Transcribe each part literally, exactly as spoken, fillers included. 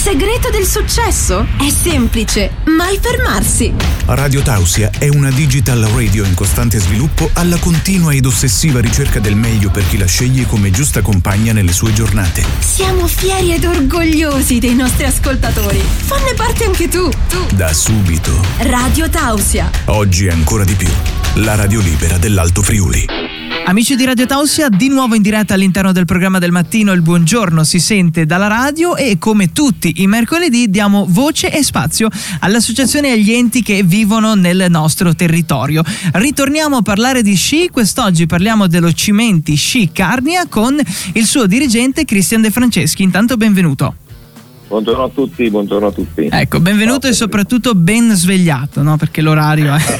segreto del successo? È semplice, mai fermarsi. Radio Tausia è una digital radio in costante sviluppo, alla continua ed ossessiva ricerca del meglio per chi la sceglie come giusta compagna nelle sue giornate. Siamo fieri ed orgogliosi dei nostri ascoltatori. Fanne parte anche tu. tu. Da subito. Radio Tausia. Oggi ancora di più. La radio libera dell'Alto Friuli. Amici di Radio Tausia, di nuovo in diretta all'interno del programma del mattino. Il buongiorno si sente dalla radio e come tutti i mercoledì diamo voce e spazio alle associazioni e agli enti che vivono nel nostro territorio. Ritorniamo a parlare di sci. Quest'oggi parliamo dello Cimenti Sci Carnia con il suo dirigente Cristian De Franceschi. Intanto benvenuto. Buongiorno a tutti, buongiorno a tutti. Ecco, benvenuto. Ciao, e soprattutto ben svegliato, no? Perché l'orario è...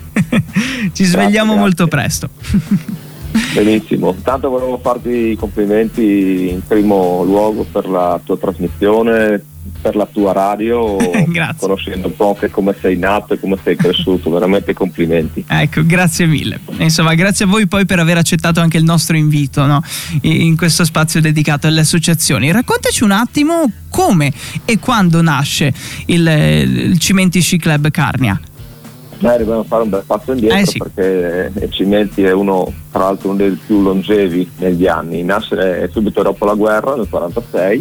ci svegliamo grazie, molto grazie. presto. Benissimo, intanto volevo farti i complimenti in primo luogo per la tua trasmissione, per la tua radio, conoscendo un po' anche come sei nato e come sei cresciuto, veramente complimenti. Ecco, grazie mille. Insomma, grazie a voi poi per aver accettato anche il nostro invito, no? In questo spazio dedicato alle associazioni. Raccontaci un attimo come e quando nasce il, il Cimenti Sci Club Carnia. Noi dobbiamo fare un bel passo indietro, eh sì. perché il Cimenti è uno, tra l'altro, uno dei più longevi negli anni. Nasce subito dopo la guerra, nel quarantasei,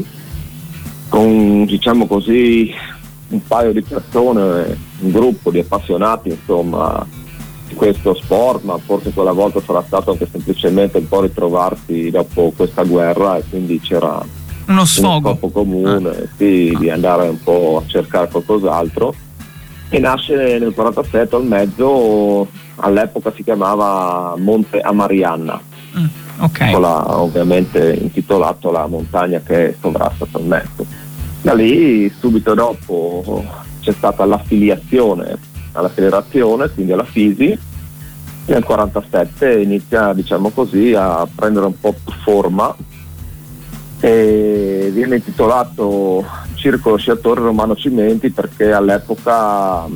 con, diciamo così, un paio di persone, un gruppo di appassionati, insomma, di questo sport, ma forse quella volta sarà stato anche semplicemente un po' ritrovarsi dopo questa guerra, e quindi c'era uno sfogo, uno scopo comune, ah. sì, ah. di andare un po' a cercare qualcos'altro. E nasce nel quarantasette, al mezzo, all'epoca si chiamava Monte Amarianna, mm, okay. la, ovviamente intitolato la montagna che sovrasta il mezzo. Da lì subito dopo c'è stata l'affiliazione alla federazione, quindi alla Fisi. Nel quarantasette inizia, diciamo così, a prendere un po' più forma e viene intitolato Circolo Sciatore Romano Cimenti, perché all'epoca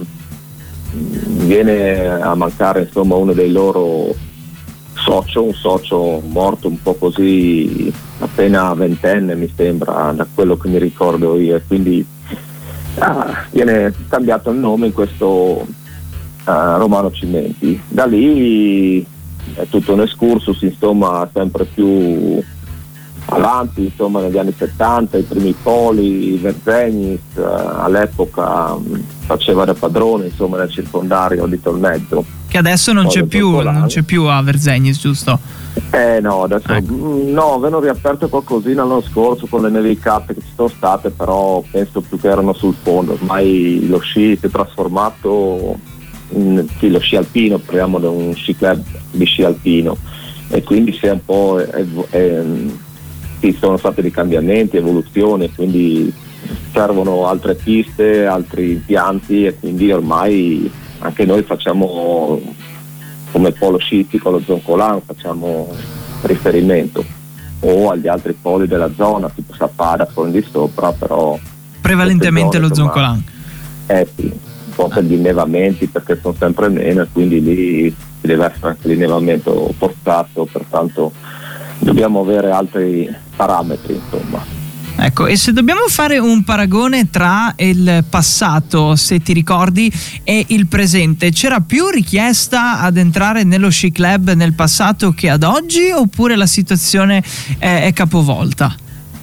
viene a mancare, insomma, uno dei loro socio, un socio morto un po' così appena ventenne, mi sembra, da quello che mi ricordo io, e quindi ah, viene cambiato il nome in questo ah, Romano Cimenti. Da lì è tutto un excursus, insomma, sempre più avanti, insomma, negli anni settanta, i primi poli, Verzegnis, eh, all'epoca mh, faceva da padrone, insomma, nel circondario di Tolmezzo. Che adesso non c'è più, non c'è più a Verzegnis, giusto? Eh no, adesso ecco. mh, no, avevano riaperto qualcosina l'anno scorso con le nevicate che ci sono state, però penso più che erano sul fondo. Ormai lo sci si è trasformato in, sì, lo sci alpino, parliamo di un sci club di sci alpino, e quindi si è un po' è, è, ci sono stati dei cambiamenti, evoluzioni, quindi servono altre piste, altri impianti, e quindi ormai anche noi facciamo, come polo sciistico, lo Zoncolan, facciamo riferimento, o agli altri poli della zona, tipo Sappada, Forno di Sopra, però prevalentemente zone, lo insomma, Zoncolan. Eh sì, un po' per gli innevamenti, perché sono sempre meno, e quindi lì ci deve essere anche l'innevamento forzato, pertanto dobbiamo avere altri parametri, insomma. Ecco, e se dobbiamo fare un paragone tra il passato, se ti ricordi, e il presente, c'era più richiesta ad entrare nello sci club nel passato che ad oggi, oppure la situazione è, è capovolta?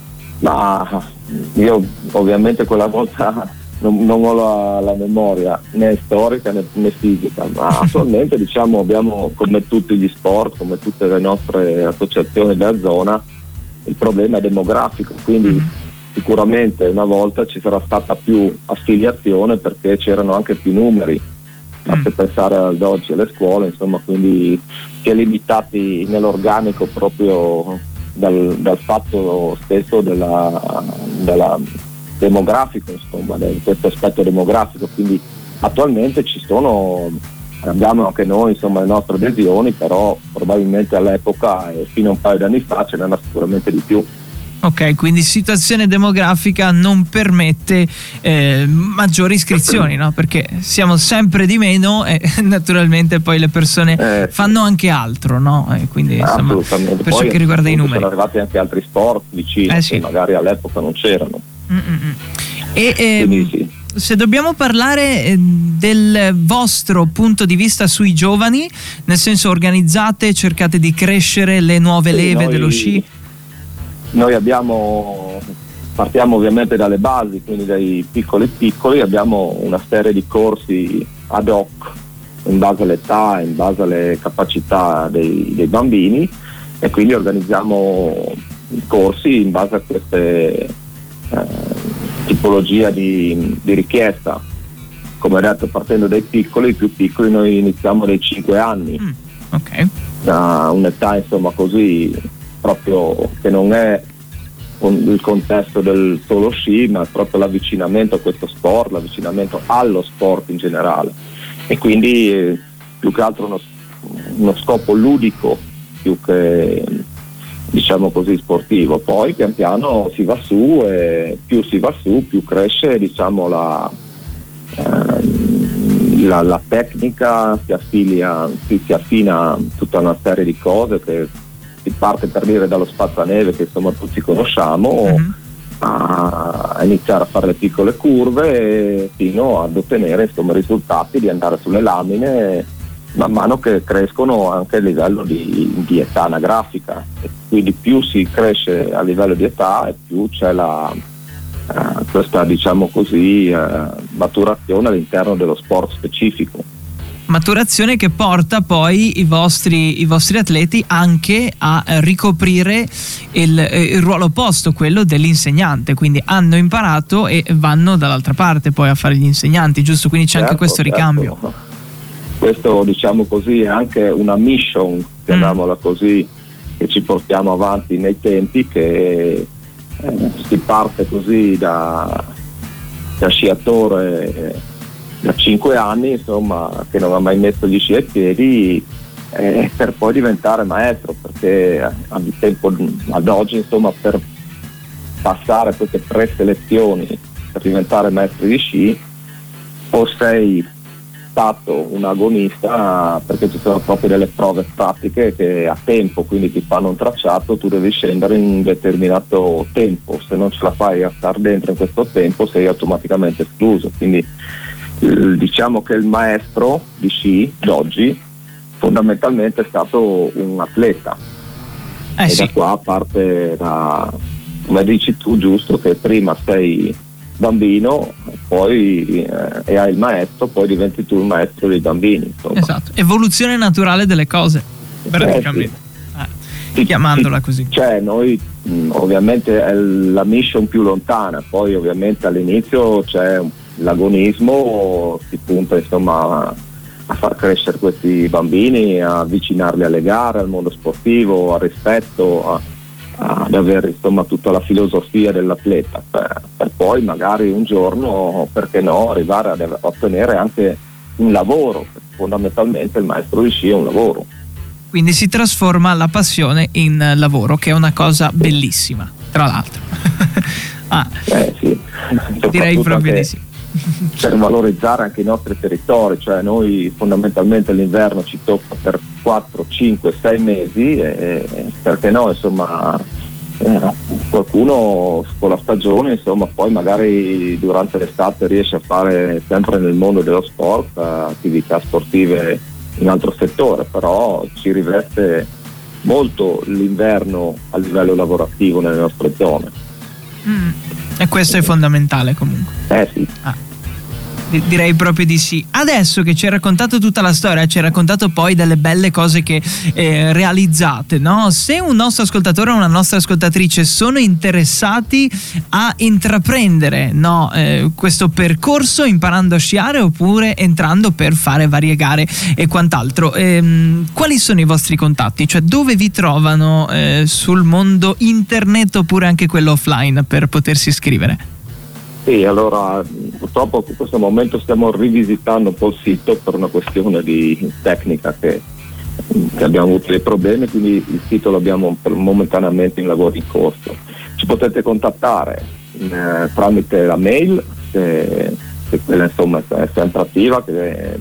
Ma io ovviamente quella volta non, non ho la, la memoria né storica né, né fisica, ma attualmente diciamo abbiamo, come tutti gli sport, come tutte le nostre associazioni della zona, il problema è demografico, quindi mm. sicuramente una volta ci sarà stata più affiliazione perché c'erano anche più numeri, basta mm. pensare ad oggi alle scuole, insomma, quindi si è limitati nell'organico proprio dal, dal fatto stesso della, della demografico, insomma, di questo aspetto demografico, quindi attualmente ci sono, abbiamo anche noi, insomma, le nostre adesioni, però probabilmente all'epoca e fino a un paio di anni fa ce n'era sicuramente di più. Ok, quindi situazione demografica non permette eh, maggiori iscrizioni, no? Perché siamo sempre di meno e naturalmente poi le persone eh, fanno anche altro, no? E quindi insomma, per poi, ciò che riguarda i numeri sono arrivati anche altri sport vicini, eh, sì. che magari all'epoca non c'erano. Mm-mm. E ehm, Quindi, sì. se dobbiamo parlare del vostro punto di vista sui giovani, nel senso, organizzate, cercate di crescere le nuove Sì, leve noi, dello sci? Noi abbiamo, partiamo ovviamente dalle basi, quindi dai piccoli piccoli, abbiamo una serie di corsi ad hoc in base all'età, in base alle capacità dei, dei bambini, e quindi organizziamo corsi in base a queste eh, tipologie di, di richiesta. Come detto, partendo dai piccoli, i più piccoli noi iniziamo dai cinque anni, Mm, ok. da un'età insomma così, proprio che non è un, il contesto del solo sci, ma proprio l'avvicinamento a questo sport, l'avvicinamento allo sport in generale, e quindi eh, più che altro uno, uno scopo ludico più che, diciamo così, sportivo. Poi pian piano si va su, e più si va su più cresce, diciamo, la, ehm, la, la tecnica, si affilia, si, si affina tutta una serie di cose, che si parte, per dire, dallo spazzaneve, che insomma tutti conosciamo, mm-hmm. a iniziare a fare le piccole curve fino ad ottenere insomma risultati di andare sulle lamine, man mano che crescono anche a livello di, di età anagrafica, e quindi più si cresce a livello di età e più c'è la uh, questa, diciamo così, uh, maturazione all'interno dello sport specifico. Maturazione che porta poi i vostri, i vostri atleti anche a ricoprire il, il ruolo opposto, quello dell'insegnante, quindi hanno imparato e vanno dall'altra parte poi a fare gli insegnanti, giusto? Quindi c'è certo, anche questo certo. ricambio. Questo, diciamo così, è anche una mission, chiamiamola mm. così, che ci portiamo avanti nei tempi, che eh, si parte così da, da sciatore da cinque anni, insomma, che non ha mai messo gli sci ai piedi, eh, per poi diventare maestro, perché a tempo, ad oggi, insomma, per passare queste preselezioni per diventare maestro di sci, o sei stato un agonista, perché ci sono proprio delle prove pratiche che a tempo, quindi ti fanno un tracciato, tu devi scendere in un determinato tempo, se non ce la fai a star dentro in questo tempo sei automaticamente escluso. Quindi diciamo che il maestro di sci d'oggi fondamentalmente è stato un atleta, eh e sì. Da qua parte da, come dici tu, giusto, che prima sei bambino, poi eh, e hai il maestro, poi diventi tu il maestro dei bambini, insomma. Esatto, evoluzione naturale delle cose, praticamente, eh, sì. eh, chiamandola così. Cioè noi mh, ovviamente è la mission più lontana, poi ovviamente all'inizio c'è un l'agonismo, si punta insomma a far crescere questi bambini, a avvicinarli alle gare, al mondo sportivo, al rispetto, a, a, ad avere insomma tutta la filosofia dell'atleta, per, per poi magari un giorno, perché no, arrivare a ottenere anche un lavoro, perché fondamentalmente il maestro di sci è un lavoro. Quindi si trasforma la passione in lavoro, che è una cosa bellissima, tra l'altro. ah, eh, sì. Direi proprio di sì. Per valorizzare anche i nostri territori, cioè noi fondamentalmente l'inverno ci tocca per quattro, cinque, sei mesi, e, e perché no, insomma, eh, qualcuno con la stagione, insomma, poi magari durante l'estate riesce a fare, sempre nel mondo dello sport, attività sportive in altro settore, però ci riveste molto l'inverno a livello lavorativo nelle nostre zone. Mm. E questo è fondamentale comunque. Eh sì. Ah. Direi proprio di sì. Adesso che ci hai raccontato tutta la storia, ci hai raccontato poi delle belle cose che eh, realizzate, no? Se un nostro ascoltatore o una nostra ascoltatrice sono interessati a intraprendere, no, eh, questo percorso imparando a sciare oppure entrando per fare varie gare e quant'altro, ehm, quali sono i vostri contatti? Cioè dove vi trovano eh, sul mondo internet oppure anche quello offline per potersi iscrivere? Sì, allora purtroppo in questo momento stiamo rivisitando un po' il sito per una questione di tecnica che, che abbiamo avuto dei problemi, quindi il sito lo abbiamo momentaneamente in lavoro in corso. Ci potete contattare eh, tramite la mail, che, che quella insomma è sempre attiva, che è,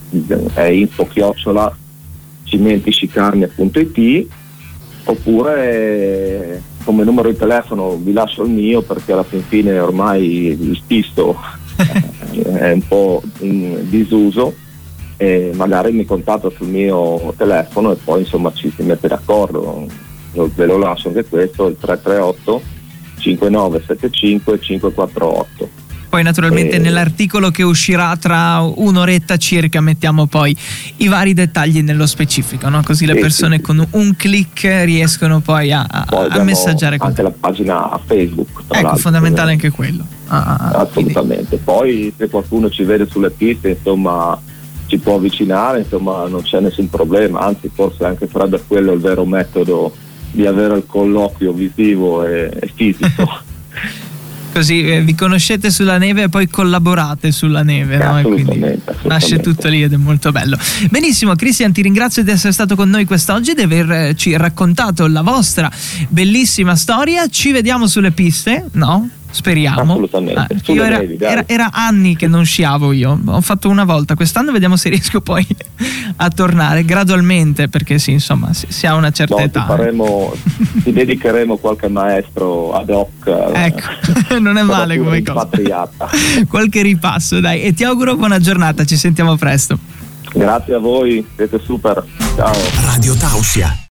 è info chiocciola cimentiscicarnia punto it, oppure come numero di telefono vi lascio il mio, perché alla fin fine ormai il pisto è un po' in disuso, e magari mi contatta sul mio telefono e poi insomma ci si mette d'accordo. Io ve lo lascio anche questo, il tre tre otto cinque nove sette cinque cinque quattro otto. Poi naturalmente e... nell'articolo che uscirà tra un'oretta circa mettiamo poi i vari dettagli nello specifico, no? Così le sì, persone sì, con sì. un click riescono poi a, a, poi a messaggiare con anche te. la pagina Facebook, tra Ecco, l'altro, fondamentale anche quello. Ah, ah, assolutamente. quindi... Poi se qualcuno ci vede sulle piste, insomma, ci può avvicinare, insomma, non c'è nessun problema, anzi forse anche sarebbe quello il vero metodo di avere il colloquio visivo e, e fisico. Così eh, vi conoscete sulla neve e poi collaborate sulla neve, no? E quindi assolutamente. nasce tutto lì ed è molto bello. Benissimo, Cristian, ti ringrazio di essere stato con noi quest'oggi, di averci raccontato la vostra bellissima storia. Ci vediamo sulle piste, no? Speriamo. Assolutamente. Ah, io era, nevi, era, era anni che non sciavo io, ho fatto una volta, quest'anno vediamo se riesco poi a tornare gradualmente, perché sì, insomma, si, si ha una certa no, età. Ti, faremo, ti dedicheremo qualche maestro ad hoc. Ecco, non è male come cosa. Qualche ripasso, dai, e ti auguro buona giornata, ci sentiamo presto. Grazie a voi, siete super. Ciao. Radio Tausia.